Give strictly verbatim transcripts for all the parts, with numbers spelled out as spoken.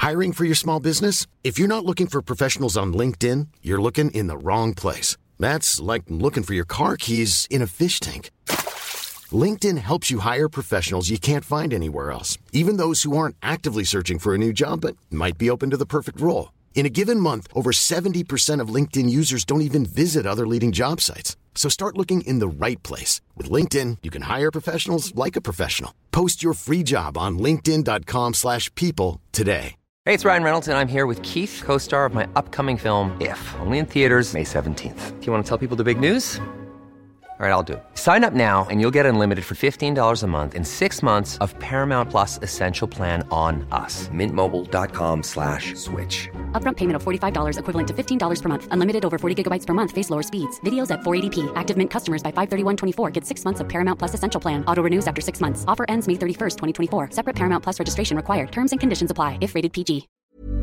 Hiring for your small business? If you're not looking for professionals on LinkedIn, you're looking in the wrong place. That's like looking for your car keys in a fish tank. LinkedIn helps you hire professionals you can't find anywhere else, even those who aren't actively searching for a new job but might be open to the perfect role. In a given month, over seventy percent of LinkedIn users don't even visit other leading job sites. So start looking in the right place. With LinkedIn, you can hire professionals like a professional. Post your free job on linkedin.com slash people today. Hey, it's Ryan Reynolds, and I'm here with Keith, co-star of my upcoming film, If, only in theaters May seventeenth. Do you want to tell people the big news? All right, I'll do it. Sign up now and you'll get unlimited for fifteen dollars a month and six months of Paramount Plus Essential Plan on us. Mint Mobile dot com slash switch. Upfront payment of forty-five dollars equivalent to fifteen dollars per month. Unlimited over forty gigabytes per month. Face lower speeds. Videos at four eighty p. Active Mint customers by five thirty-one twenty-four get six months of Paramount Plus Essential Plan. Auto renews after six months. Offer ends May thirty-first, twenty twenty-four. Separate Paramount Plus registration required. Terms and conditions apply if rated P G.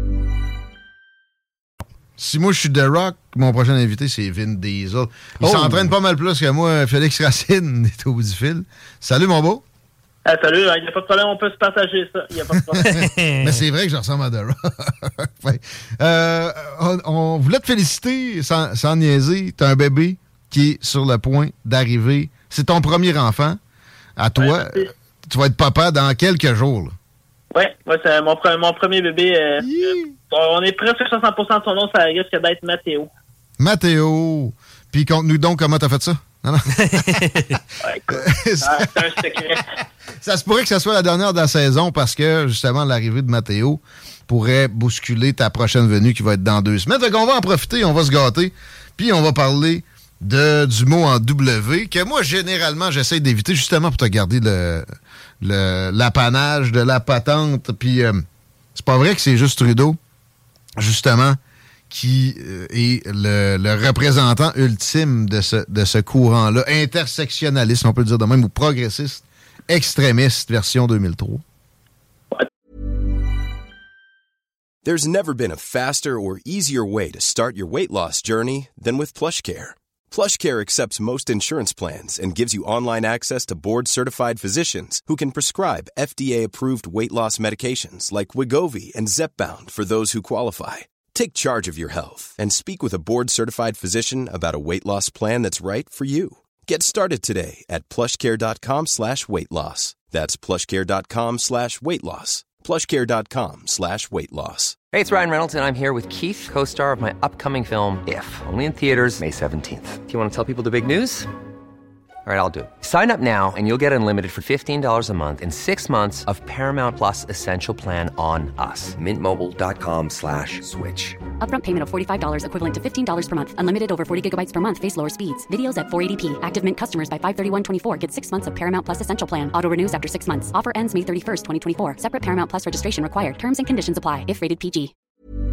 Si moi, je suis The Rock, mon prochain invité, c'est Vin Diesel. Il oh. s'entraîne pas mal plus que moi. Félix Racine est au bout du fil. Salut, mon beau. Ah, salut, il n'y a pas de problème, on peut se partager ça. Il n'y a pas de problème. Mais c'est vrai que je ressemble à The Rock. ouais. euh, on, on voulait te féliciter, sans, sans niaiser. Tu as un bébé qui est sur le point d'arriver. C'est ton premier enfant. À toi, ouais, tu vas être papa dans quelques jours. Là. Oui, ouais, c'est mon, mon premier bébé. Euh, yeah. On est presque soixante pour cent de son nom, ça risque d'être Mathéo. Mathéo. Puis conte-nous donc comment t'as fait ça. Non, non. ouais, écoute, ça, c'est un secret. Ça se pourrait que ce soit la dernière de la saison parce que, justement, l'arrivée de Mathéo pourrait bousculer ta prochaine venue qui va être dans deux semaines. Fait qu'on va en profiter, on va se gâter. Puis on va parler de, du mot en W que moi, généralement, j'essaie d'éviter justement pour te garder le... Le, l'apanage de la patente. Puis euh, c'est pas vrai que c'est juste Trudeau, justement, qui euh, est le, le représentant ultime de ce, de ce courant-là, intersectionnaliste, on peut le dire de même, ou progressiste, extrémiste, version deux mille trois. There's never been a faster or easier way to start your weight loss journey than with PlushCare. PlushCare accepts most insurance plans and gives you online access to board-certified physicians who can prescribe F D A-approved weight loss medications like Wegovy and Zepbound for those who qualify. Take charge of your health and speak with a board-certified physician about a weight loss plan that's right for you. Get started today at plushcare.com slash weight loss. That's plushcare.com slash weight loss. plushcare.com slash weight loss. Hey, it's Ryan Reynolds, and I'm here with Keith, co-star of my upcoming film, If, only in theaters May seventeenth. Do you want to tell people the big news? All right, I'll do it. Sign up now and you'll get unlimited for fifteen dollars a month and six months of Paramount Plus Essential Plan on us. Mint Mobile dot com slash switch. Upfront payment of forty-five dollars equivalent to fifteen dollars per month. Unlimited over forty gigabytes per month. Face lower speeds. Videos at four eighty p. Active Mint customers by five thirty-one twenty-four get six months of Paramount Plus Essential Plan. Auto renews after six months. Offer ends May thirty-first, twenty twenty-four. Separate Paramount Plus registration required. Terms and conditions apply if rated P G.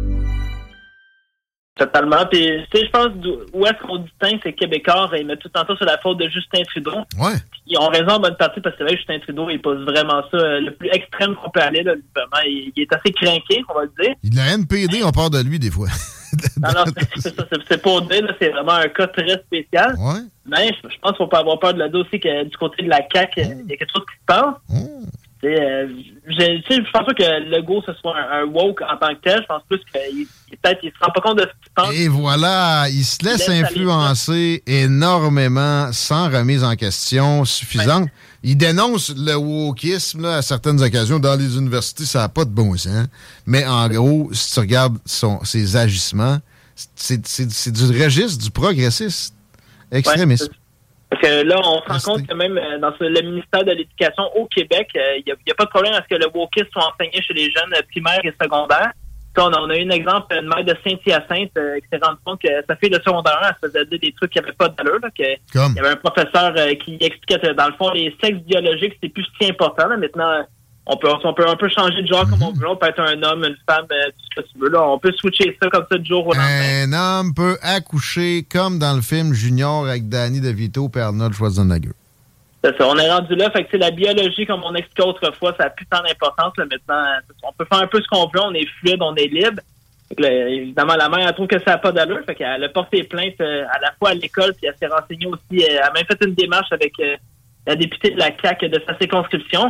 Totalement. Puis, tu sais, je pense où est-ce qu'on distingue ces Québécois, ils mettent tout le temps ça sur la faute de Justin Trudeau. Ouais. Ils ont raison en bonne partie parce que c'est vrai que Justin Trudeau, il pose vraiment ça le plus extrême qu'on peut aller, là, vraiment. Il, il est assez craqué, on va le dire. Il a M P D, on parle de lui des fois. non, non, c'est, c'est ça. C'est, c'est pas dire, là, c'est vraiment un cas très spécial. Ouais. Mais je, je pense qu'il faut pas avoir peur de le dire aussi que du côté de la C A Q, il mmh. y a quelque chose qui se passe. Mmh. Euh, je, je pense pas que Legault ce soit un, un woke en tant que tel. Je pense plus qu'il peut-être il se rend pas compte de ce qu'il pense. Et voilà, il se laisse, il laisse influencer énormément sans remise en question suffisante. Ouais. Il dénonce le wokisme là, à certaines occasions. Dans les universités, ça n'a pas de bon sens. Mais en gros, si tu regardes son, ses agissements, c'est, c'est, c'est du registre du progressiste extrémiste. Ouais, parce que là, on se rend compte que même dans le ministère de l'Éducation au Québec, il n'y a, a pas de problème à ce que le wokisme soit enseigné chez les jeunes primaires et secondaires. On a, on a eu un exemple, une mère de Saint-Hyacinthe euh, qui s'est rendu compte que sa fille de secondaire un, elle se faisait dire des trucs qui n'avaient pas d'allure. Là, que il y avait un professeur euh, qui expliquait que dans le fond, les sexes biologiques, c'est plus si important. Là. Maintenant, on peut, on peut un peu changer de genre mm-hmm. comme on veut. On peut être un homme, une femme, euh, tout ce que tu veux. Là. On peut switcher ça comme ça du jour au lendemain. Un homme peut accoucher comme dans le film Junior avec Danny DeVito et Arnold Schwarzenegger. C'est ça, on est rendu là. Fait que c'est la biologie, comme on expliquait autrefois, ça n'a plus tant d'importance. Là, maintenant, on peut faire un peu ce qu'on veut, on est fluide, on est libre. Fait que, là, évidemment, la mère, elle trouve que ça n'a pas d'allure. Fait qu'elle a porté plainte euh, à la fois à l'école, puis elle s'est renseignée aussi. Euh, elle a même fait une démarche avec euh, la députée de la C A Q de sa circonscription.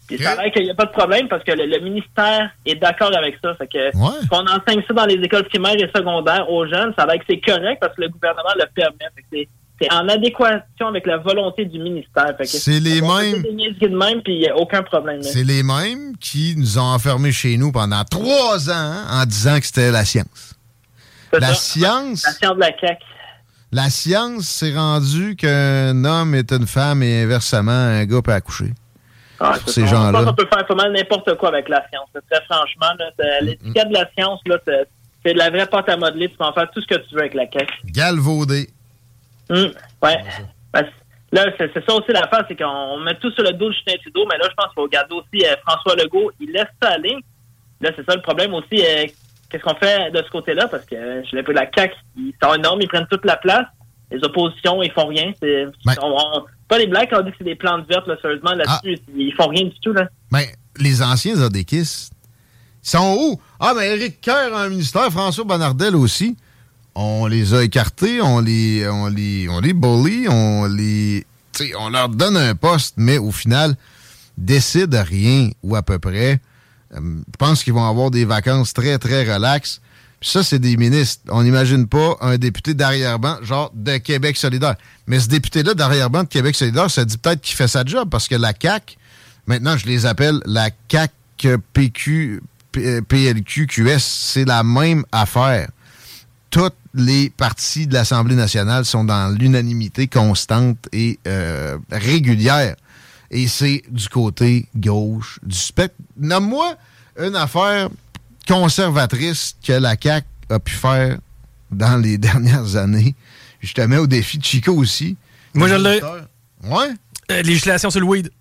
Puis okay. Ça a l'air qu'il n'y a pas de problème parce que le, le ministère est d'accord avec ça. Fait que ouais. qu'on enseigne ça dans les écoles primaires et secondaires aux jeunes, ça a l'air que c'est correct parce que le gouvernement le permet. Fait que c'est, c'est en adéquation avec la volonté du ministère. Fait que c'est les mêmes. De même, puis il n'y a aucun problème. C'est là. Les mêmes qui nous ont enfermés chez nous pendant trois ans hein, en disant que c'était la science. C'est la ça. science. La science de la C A Q. La science s'est rendue qu'un homme est une femme et inversement, un gars peut accoucher. Ah, pour ces gens-là. Je pense qu'on peut faire pas mal n'importe quoi avec la science. Très franchement, là, c'est, l'étiquette de la science, là, c'est, c'est de la vraie pâte à modeler. Tu peux en faire tout ce que tu veux avec la C A Q. Galvaudé. Hum, ouais. Ben, là, c'est, c'est ça aussi l'affaire, c'est qu'on met tout sur le dos de Justin Trudeau, mais là, je pense qu'il faut regarder aussi euh, François Legault. Il laisse ça aller. Là, c'est ça le problème aussi. Euh, qu'est-ce qu'on fait de ce côté-là? Parce que euh, je l'ai vu, la C A Q, ils sont énormes, ils prennent toute la place. Les oppositions, ils font rien. C'est, ben, on, on, pas les blagues, on dit que c'est des plantes vertes, là, sérieusement, là-dessus. Ah. Ils font rien du tout, là. Ben, les anciens adéquistes, ils sont où? Ah, ben, Éric Kerr a un ministère, François Bonnardel aussi. On les a écartés, on les, on les, on les bully, on les, t'sais, on leur donne un poste, mais au final, décident rien ou à peu près. Euh, je pense qu'ils vont avoir des vacances très, très relaxes. Puis ça, c'est des ministres. On n'imagine pas un député d'arrière-ban, genre de Québec solidaire. Mais ce député-là d'arrière-ban de Québec solidaire, ça dit peut-être qu'il fait sa job, parce que la C A Q, maintenant, je les appelle la C A Q, P Q, P L Q, Q S, c'est la même affaire. Toutes les partis de l'Assemblée nationale sont dans l'unanimité constante et euh, régulière. Et c'est du côté gauche du spectre. Nomme-moi une affaire conservatrice que la C A Q a pu faire dans les dernières années. Je te mets au défi de Chico aussi. Moi, je l'ai. Ouais. Euh, législation sur le weed.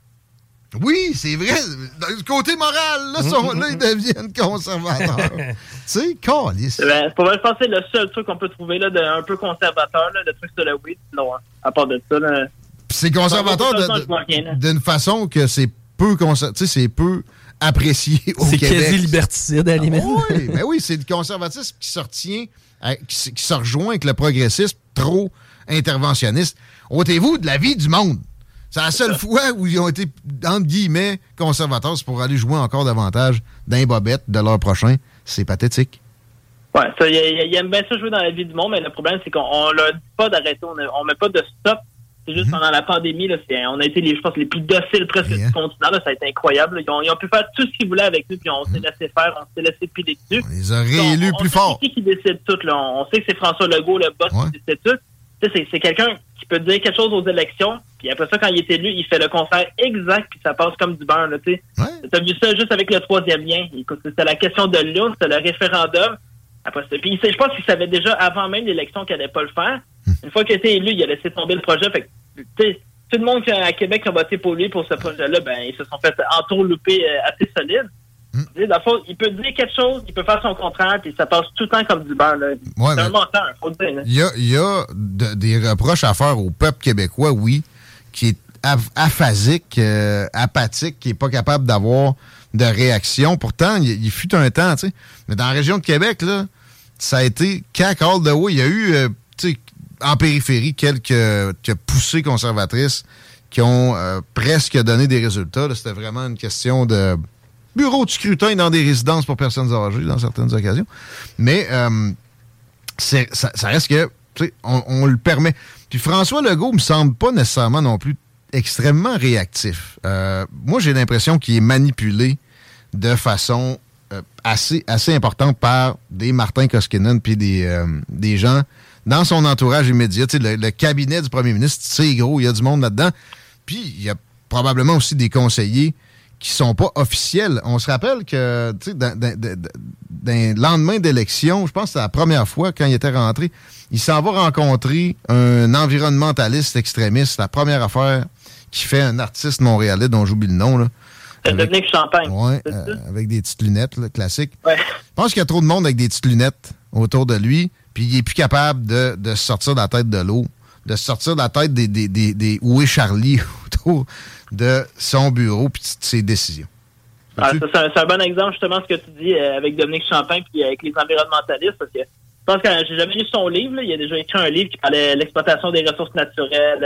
Oui, c'est vrai. Du côté moral, là, mmh, sont, mmh, là ils deviennent conservateurs. Tu sais, câlisse. Ben, pour moi, je pense que c'est le seul truc qu'on peut trouver là, de, un peu conservateur, là, de trucs sur le weed. Non, hein, à part de ça. Là, c'est conservateur de, de, d'une façon que c'est peu, conser- c'est peu apprécié au c'est Québec. C'est quasi liberticide, à la limite. Ah, oui, ben oui, c'est du conservatisme qui se retient, qui, qui se rejoint avec le progressisme trop interventionniste. Ôtez-vous de la vie du monde. C'est la seule fois où ils ont été, entre guillemets, conservateurs, c'est pour aller jouer encore davantage d'un bobette de l'heure prochain. C'est pathétique. Ouais, ça, ils aiment bien ça jouer dans la vie du monde, mais le problème, c'est qu'on leur dit pas d'arrêter, on ne met pas de stop. C'est juste mm-hmm. pendant la pandémie, là, c'est, on a été, les, je pense, les plus dociles presque yeah. du continent. Là, ça a été incroyable. Ils ont, ils ont pu faire tout ce qu'ils voulaient avec nous, puis on mm-hmm. s'est laissé faire, on s'est laissé piler dessus. On les a réélus plus fort. On sait qui décide tout. Là. On sait que c'est François Legault, le boss, ouais. qui décide tout. C'est, c'est quelqu'un qui peut dire quelque chose aux élections, puis après ça, quand il est élu, il fait le contraire exact, puis ça passe comme du beurre. Là, ouais. T'as vu ça juste avec le troisième lien. Écoute, c'était la question de l'U N, c'était le référendum. Après ça. Puis je pense qu'il savait déjà avant même l'élection qu'il n'allait pas le faire. Mmh. Une fois qu'il était élu, il a laissé tomber le projet. Fait que, tout le monde à Québec qui a voté pour lui pour ce projet-là, ben ils se sont fait entourlouper euh, assez solide. Mmh. Dans le fond, il peut dire quelque chose, il peut faire son contraire, puis ça passe tout le temps comme du beurre. Là. Ouais, c'est un menteur, faut le dire. Il y a, y a de, des reproches à faire au peuple québécois, oui, qui est af- aphasique, euh, apathique, qui n'est pas capable d'avoir de réaction. Pourtant, il, il fut un temps, tu sais. Mais dans la région de Québec, là, ça a été cac all the way. Il y a eu, euh, tu sais, en périphérie, quelques, quelques poussées conservatrices qui ont euh, presque donné des résultats. Là, c'était vraiment une question de bureau de scrutin dans des résidences pour personnes âgées, dans certaines occasions. Mais euh, c'est, ça, ça reste que, tu sais, on, on le permet. Puis François Legault me semble pas nécessairement non plus extrêmement réactif. Euh, moi, j'ai l'impression qu'il est manipulé de façon euh, assez, assez importante par des Martin Koskinen puis des, euh, des gens dans son entourage immédiat. Tu sais, le, le cabinet du premier ministre, c'est gros, il y a du monde là-dedans. Puis, il y a probablement aussi des conseillers qui sont pas officiels. On se rappelle que, tu sais, d'un, d'un, d'un, d'un lendemain d'élection, je pense que c'est la première fois, quand il était rentré, il s'en va rencontrer un environnementaliste extrémiste, la première affaire qui fait un artiste montréalais dont j'oublie le nom, là. Avec, Dominique Champagne. Ouais, euh, avec des petites lunettes, là, classiques. Ouais. Je pense qu'il y a trop de monde avec des petites lunettes autour de lui, puis il est plus capable de, de sortir de la tête de l'eau, de sortir de la tête des, des, des, des où est Charlie autour de son bureau puis de ses décisions. Ah, ça, c'est, un, c'est un bon exemple, justement, ce que tu dis euh, avec Dominique Champagne puis avec les environnementalistes, parce que je pense que j'ai jamais lu son livre. Là. Il a déjà écrit un livre qui parlait de l'exploitation des ressources naturelles, euh,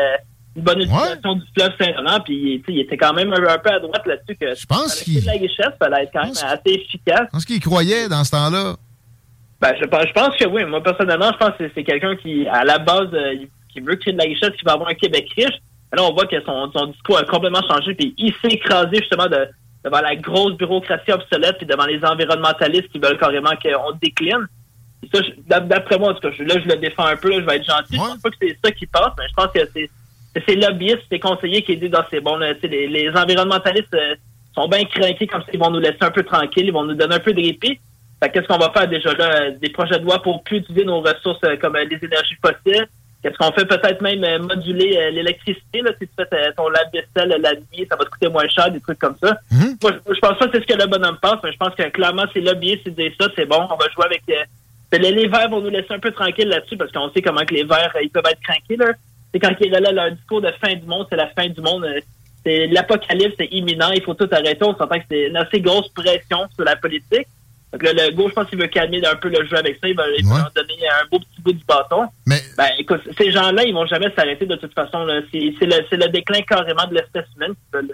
une bonne utilisation ouais. du fleuve Saint-Laurent, puis il était quand même un, un peu à droite là-dessus. Que je pense qu'il... la richesse, ça allait être quand même assez efficace. Je pense qu'il croyait dans ce temps-là. Ben, je, je pense que oui. Moi, personnellement, je pense que c'est, c'est quelqu'un qui, à la base, euh, qui veut créer de la richesse, qui va avoir un Québec riche. Là, on voit que son, son discours a complètement changé, puis il s'est écrasé justement de, devant la grosse bureaucratie obsolète, puis devant les environnementalistes qui veulent carrément qu'on décline. Et ça, je, d'après moi, en tout cas, je, là, je le défends un peu, là, je vais être gentil. Ouais. Je pense pas que c'est ça qui passe, mais je pense que c'est, c'est ces lobbyistes, ces conseillers qui disent, ah, c'est bon, là, les, les environnementalistes euh, sont bien craqués comme s'ils vont nous laisser un peu tranquilles, ils vont nous donner un peu de répit. Fait, qu'est-ce qu'on va faire déjà là? Des projets de loi pour plus utiliser nos ressources euh, comme euh, les énergies fossiles. Qu'est-ce qu'on fait? Peut-être même euh, moduler euh, l'électricité. Là, si tu fais euh, ton lave-vaisselle la nuit, ça va te coûter moins cher, des trucs comme ça. Mm-hmm. Moi, je, je pense pas que c'est ce que le bonhomme pense, mais je pense que clairement, c'est lobbyiste qui dit ça, c'est bon, on va jouer avec... Euh, les, les Verts vont nous laisser un peu tranquilles là-dessus parce qu'on sait comment que les Verts, euh, ils peuvent être craqués. Là. C'est quand ils là, leur discours de fin du monde, c'est la fin du monde. Euh, c'est l'apocalypse, c'est imminent, il faut tout arrêter. On s'entend que c'est une assez grosse pression sur la politique. Donc là, le gauche, je pense qu'il veut calmer un peu le jeu avec ça. Il va, il va ouais. leur donner un beau petit bout du bâton. Mais... Ben, écoute, ces gens-là, ils vont jamais s'arrêter de toute façon. Là. C'est, c'est, le, c'est le déclin carrément de l'espèce humaine.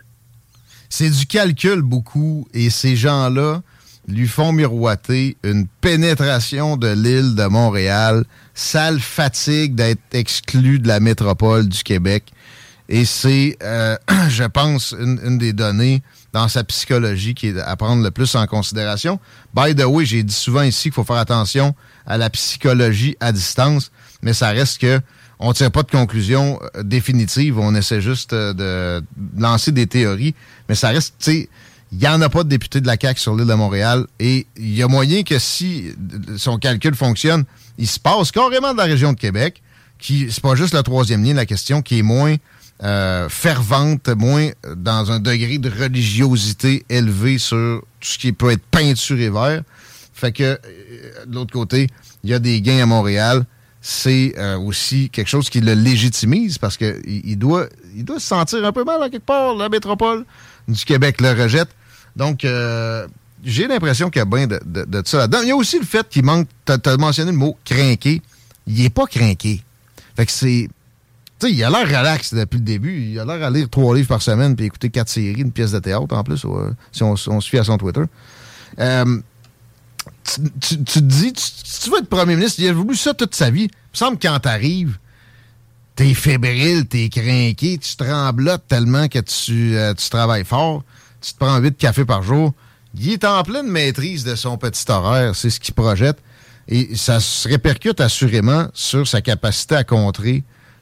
C'est du calcul beaucoup. Et ces gens-là lui font miroiter une pénétration de l'île de Montréal. Ça le fatigue d'être exclu de la métropole du Québec. Et c'est, euh, je pense, une, une des données dans sa psychologie qui est à prendre le plus en considération. By the way, j'ai dit souvent ici qu'il faut faire attention à la psychologie à distance, mais ça reste que on ne tire pas de conclusion euh, définitive, on essaie juste euh, de lancer des théories, mais ça reste, tu sais, il n'y en a pas de député de la C A Q sur l'île de Montréal, et il y a moyen que si son calcul fonctionne, il se passe carrément de la région de Québec, qui c'est pas juste le troisième lien, la question qui est moins Euh, fervente, moins dans un degré de religiosité élevé sur tout ce qui peut être peinture et vert. Fait que, euh, de l'autre côté, il y a des gains à Montréal. C'est euh, aussi quelque chose qui le légitimise parce que il, il doit il doit se sentir un peu mal à quelque part. La métropole du Québec le rejette. Donc, euh, j'ai l'impression qu'il y a bien de, de, de ça là-dedans. Il y a aussi le fait qu'il manque, t'as, t'as mentionné le mot « crinqué ». Il n'est pas crinqué. Fait que c'est... Tu sais, il a l'air relax depuis le début. Il a l'air à lire trois livres par semaine puis écouter quatre séries, une pièce de théâtre en plus, euh, si on, on se fie à son Twitter. Euh, tu, tu, tu te dis, tu, si tu veux être premier ministre, il a voulu ça toute sa vie. Il me semble que quand t'arrives, t'es fébrile, t'es crinqué, tu tremblotes tellement que tu, euh, tu travailles fort. Tu te prends huit cafés par jour. Il est en pleine maîtrise de son petit horaire. C'est ce qu'il projette. Et ça se répercute assurément sur sa capacité à contrer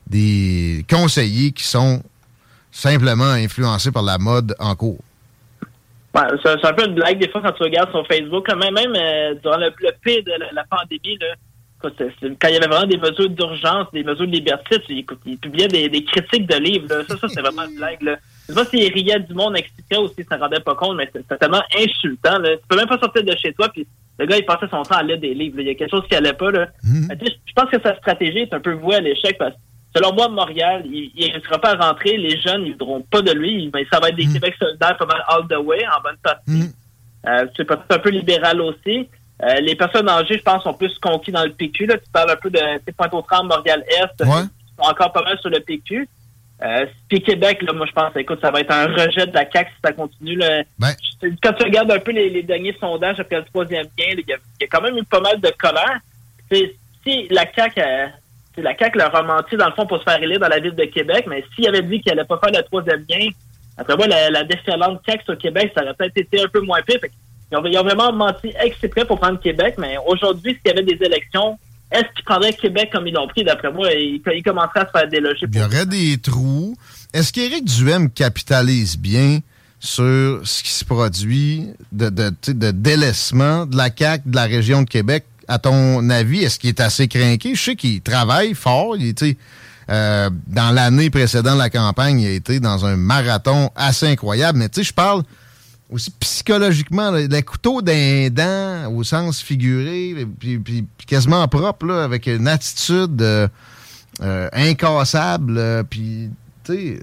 des conseillers qui sont simplement influencés par la mode en cours. Ouais, c'est, c'est un peu une blague des fois quand tu regardes sur Facebook. Quand même, même euh, durant le, le pire de la, la pandémie, là, écoute, c'est, c'est, quand il y avait vraiment des mesures d'urgence, des mesures de liberté, tu, écoute, il publiait des, des critiques de livres. Là. Ça, ça, c'est vraiment une blague. Là. Je sais pas s'il riait du monde, et cetera aussi, ça ne rendait pas compte, mais c'est, c'est tellement insultant. Là. Tu peux même pas sortir de chez toi, puis le gars, il passait son temps à lire des livres. Là. Il y a quelque chose qui allait pas. Là. Mm-hmm. Mais, je pense que sa stratégie est un peu vouée à l'échec parce que selon moi, Montréal, il ne réussira pas à rentrer. Les jeunes, ils ne voudront pas de lui. Mais ça va être des mmh. Québec solidaires pas mal all the way, en bonne partie. Mmh. Euh, c'est peut-être un peu libéral aussi. Euh, les personnes âgées, je pense, sont plus conquis dans le P Q. Là. Tu parles un peu de Pointe-aux-Trembles, Montréal-Est. Ouais. Ils sont encore pas mal sur le P Q. Euh, puis Québec, là, moi, je pense, écoute, ça va être un rejet de la C A Q si ça continue. Là. Ben. Quand tu regardes un peu les, les derniers sondages après le troisième lien, il y, y a quand même eu pas mal de colère. C'est, si la C A Q... Euh, C'est la C A Q leur a menti, dans le fond, pour se faire élire dans la ville de Québec, mais s'il avait dit qu'il allait pas faire le troisième lien, après moi, la, la déferlante C A Q sur Québec, ça aurait peut-être été un peu moins pire. Fait ils, ont, ils ont vraiment menti exprès pour prendre Québec, mais aujourd'hui, s'il y avait des élections, est-ce qu'ils prendraient Québec comme ils l'ont pris? D'après moi, ils, ils commenceraient à se faire déloger. Il y aurait des trous. Est-ce qu'Éric Duhaime capitalise bien sur ce qui se produit de, de, de délaissement de la C A Q de la région de Québec? À ton avis, est-ce qu'il est assez crinqué? Je sais qu'il travaille fort. Il était, euh, dans l'année précédente de la campagne, il a été dans un marathon assez incroyable. Mais tu sais, je parle aussi psychologiquement, là, le couteau d'un dent au sens figuré, puis, puis, puis quasiment propre, là, avec une attitude euh, euh, incassable, euh, puis tu sais,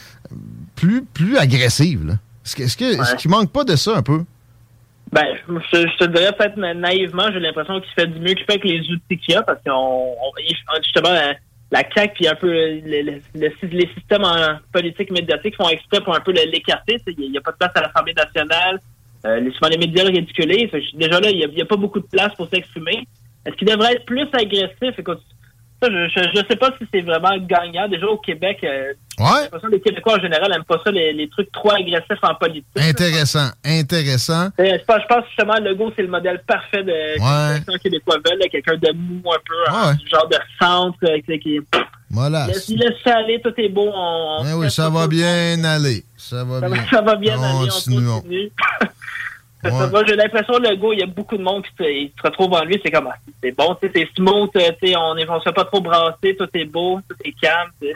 plus, plus agressive. Là. Est-ce, que, est-ce, que, ouais. est-ce qu'il manque pas de ça un peu? Ben, je, je te dirais peut-être naïvement, j'ai l'impression qu'il fait du mieux qu'il fait avec les outils qu'il y a, parce qu'on on, justement, la C A Q puis un peu le, le, le, les systèmes en politique médiatique font exprès pour un peu l'écarter. Il n'y a pas de place à l'Assemblée nationale. Euh, les, souvent les médias le ridiculisent. Déjà là, il n'y a, a pas beaucoup de place pour s'exprimer. Est-ce qu'il devrait être plus agressif? Écoute, ça, je ne sais pas si c'est vraiment gagnant. Déjà au Québec, euh, ouais. j'ai l'impression que les Québécois en général n'aiment pas ça, les, les trucs trop agressifs en politique. Intéressant, intéressant. Euh, je, pense, je pense justement Legault, c'est le modèle parfait de ouais. quelqu'un que les Québécois veulent, là, quelqu'un de mou un peu, ouais. hein, du genre de centre, euh, qui voilà. laisse, il laisse ça aller, tout est beau. On, on ben oui, ça va bien aller. Ça va ça bien. Va, ça va bien aller, Continuons. on continue. Ouais. Moi, j'ai l'impression que Legault, il y a beaucoup de monde qui se, il se retrouve en lui. C'est comme, c'est bon, tu sais, c'est smooth, tu sais, on ne se fait pas trop brasser, tout est beau, tout est calme. T'sais.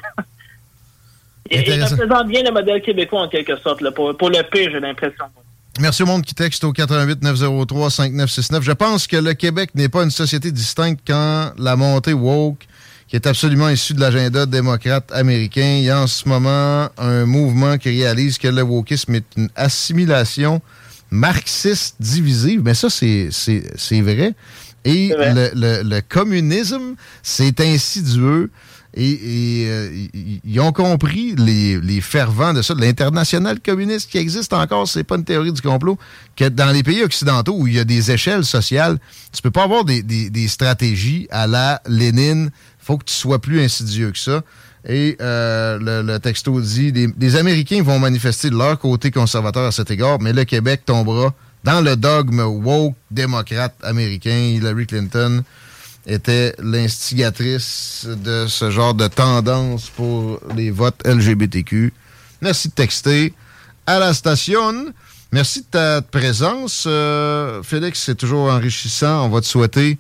Il, il représente bien le modèle québécois en quelque sorte. Là, pour, pour le P, j'ai l'impression. Merci au monde qui texte au quatre un huit neuf zéro trois cinq neuf six neuf. Je pense que le Québec n'est pas une société distincte quand la montée woke, qui est absolument issue de l'agenda démocrate américain, il y a en ce moment un mouvement qui réalise que le wokisme est une assimilation marxiste divisive, mais ça, c'est, c'est, c'est vrai. Et c'est vrai. Le, le, le communisme, c'est insidieux. Et, et euh, ils ont compris, les, les fervents de ça, de l'international communiste qui existe encore, c'est pas une théorie du complot, que dans les pays occidentaux où il y a des échelles sociales, tu peux pas avoir des, des, des stratégies à la Lénine. Faut que tu sois plus insidieux que ça. Et euh, le, le texto dit, les, les Américains vont manifester de leur côté conservateur à cet égard, mais le Québec tombera dans le dogme woke démocrate américain. Hillary Clinton était l'instigatrice de ce genre de tendance pour les votes L G B T Q. Merci de texter à la station. Merci de ta présence. Euh, Félix, c'est toujours enrichissant. On va te souhaiter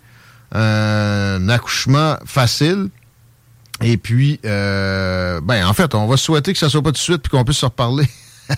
un accouchement facile. Et puis, euh, ben, en fait, on va souhaiter que ça soit pas tout de suite puis qu'on puisse se reparler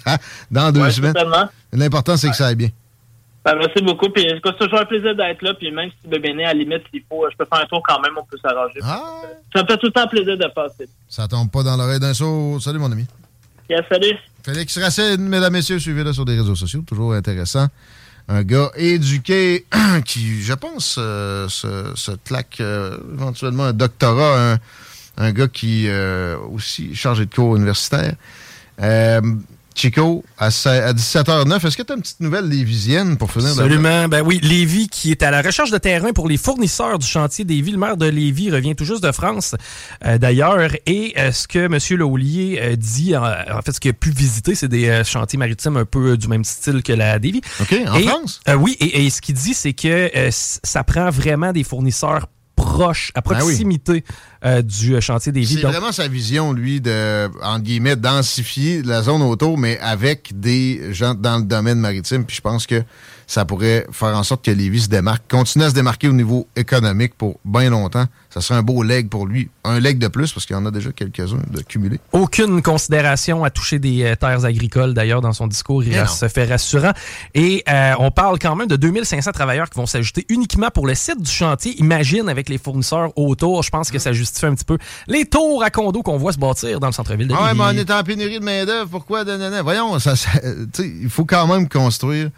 dans deux ouais, semaines. Totalement. L'important, c'est ouais. que ça aille bien. Ben, merci beaucoup. Puis, c'est toujours un plaisir d'être là. Puis, même si le bébé né, à la limite, s'il faut, je peux faire un tour quand même, on peut s'arranger. Ah. Ça me fait tout le temps plaisir de passer. Ça tombe pas dans l'oreille d'un sourd. Salut, mon ami. Yes, salut. Félix Racine, mesdames, messieurs, suivez-le sur des réseaux sociaux. Toujours intéressant. Un gars éduqué qui, je pense, euh, se, se claque euh, éventuellement un doctorat. Un, un gars qui euh, aussi chargé de cours universitaires. Euh, Chico, à, à dix-sept heures neuf, est-ce que tu as une petite nouvelle lévisienne pour finir? Absolument. Ben oui, Lévis qui est à la recherche de terrain pour les fournisseurs du chantier Lévis. Le maire de Lévis revient tout juste de France, euh, d'ailleurs. Et euh, ce que M. Laulier euh, dit, en, en fait, ce qu'il a pu visiter, c'est des euh, chantiers maritimes un peu euh, du même style que la Lévis. OK, en et, France? Euh, oui, et, et ce qu'il dit, c'est que euh, ça prend vraiment des fournisseurs proches, à proximité ben oui. euh, du chantier des Lévis. C'est donc vraiment sa vision, lui, de, entre guillemets, densifier la zone autour, mais avec des gens dans le domaine maritime. Puis je pense que ça pourrait faire en sorte que Lévis se démarque, continue à se démarquer au niveau économique pour bien longtemps. Ça serait un beau leg pour lui. Un leg de plus, parce qu'il y en a déjà quelques-uns de cumulés. Aucune considération à toucher des euh, terres agricoles, d'ailleurs, dans son discours. Il se fait rassurant. Et euh, on parle quand même de deux mille cinq cents travailleurs qui vont s'ajouter uniquement pour le site du chantier. Imagine, avec les fournisseurs autour, je pense que ça justifie un petit peu les tours à condos qu'on voit se bâtir dans le centre-ville de Lévis. Ah ouais, mais on est en pénurie de main-d'œuvre. Pourquoi? Nanana? Voyons, ça, ça, il faut quand même construire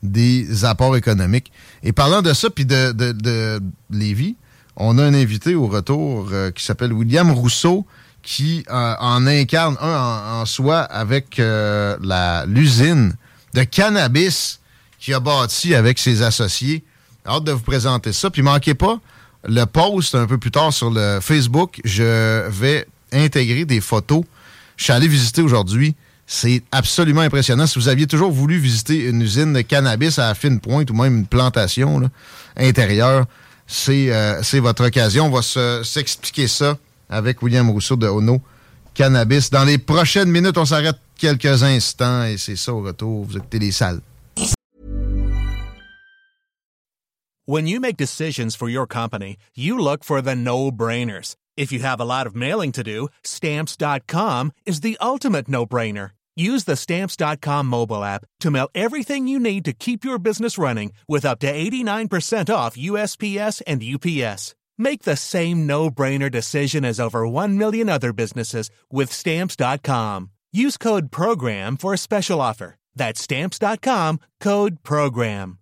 des apports économiques. Et parlant de ça, puis de, de, de Lévis, on a un invité au retour euh, qui s'appelle William Rousseau, qui euh, en incarne un en, en soi avec euh, la, l'usine de cannabis qu'il a bâti avec ses associés. Hâte de vous présenter ça. Puis manquez pas le post un peu plus tard sur le Facebook. Je vais intégrer des photos. Je suis allé visiter aujourd'hui. C'est absolument impressionnant. Si vous aviez toujours voulu visiter une usine de cannabis à fine pointe ou même une plantation là, intérieure, c'est, euh, c'est votre occasion. On va se, s'expliquer ça avec William Rousseau de Ono Cannabis. Dans les prochaines minutes, on s'arrête quelques instants et c'est ça au retour. Vous écoutez Les Salles. When you make decisions for your company, you look for the no-brainers. If you have a lot of mailing to do, Stamps dot com is the ultimate no-brainer. Use the Stamps dot com mobile app to mail everything you need to keep your business running with up to eighty-nine percent off U S P S and U P S. Make the same no-brainer decision as over one million other businesses with Stamps dot com. Use code PROGRAM for a special offer. That's Stamps dot com, code PROGRAM.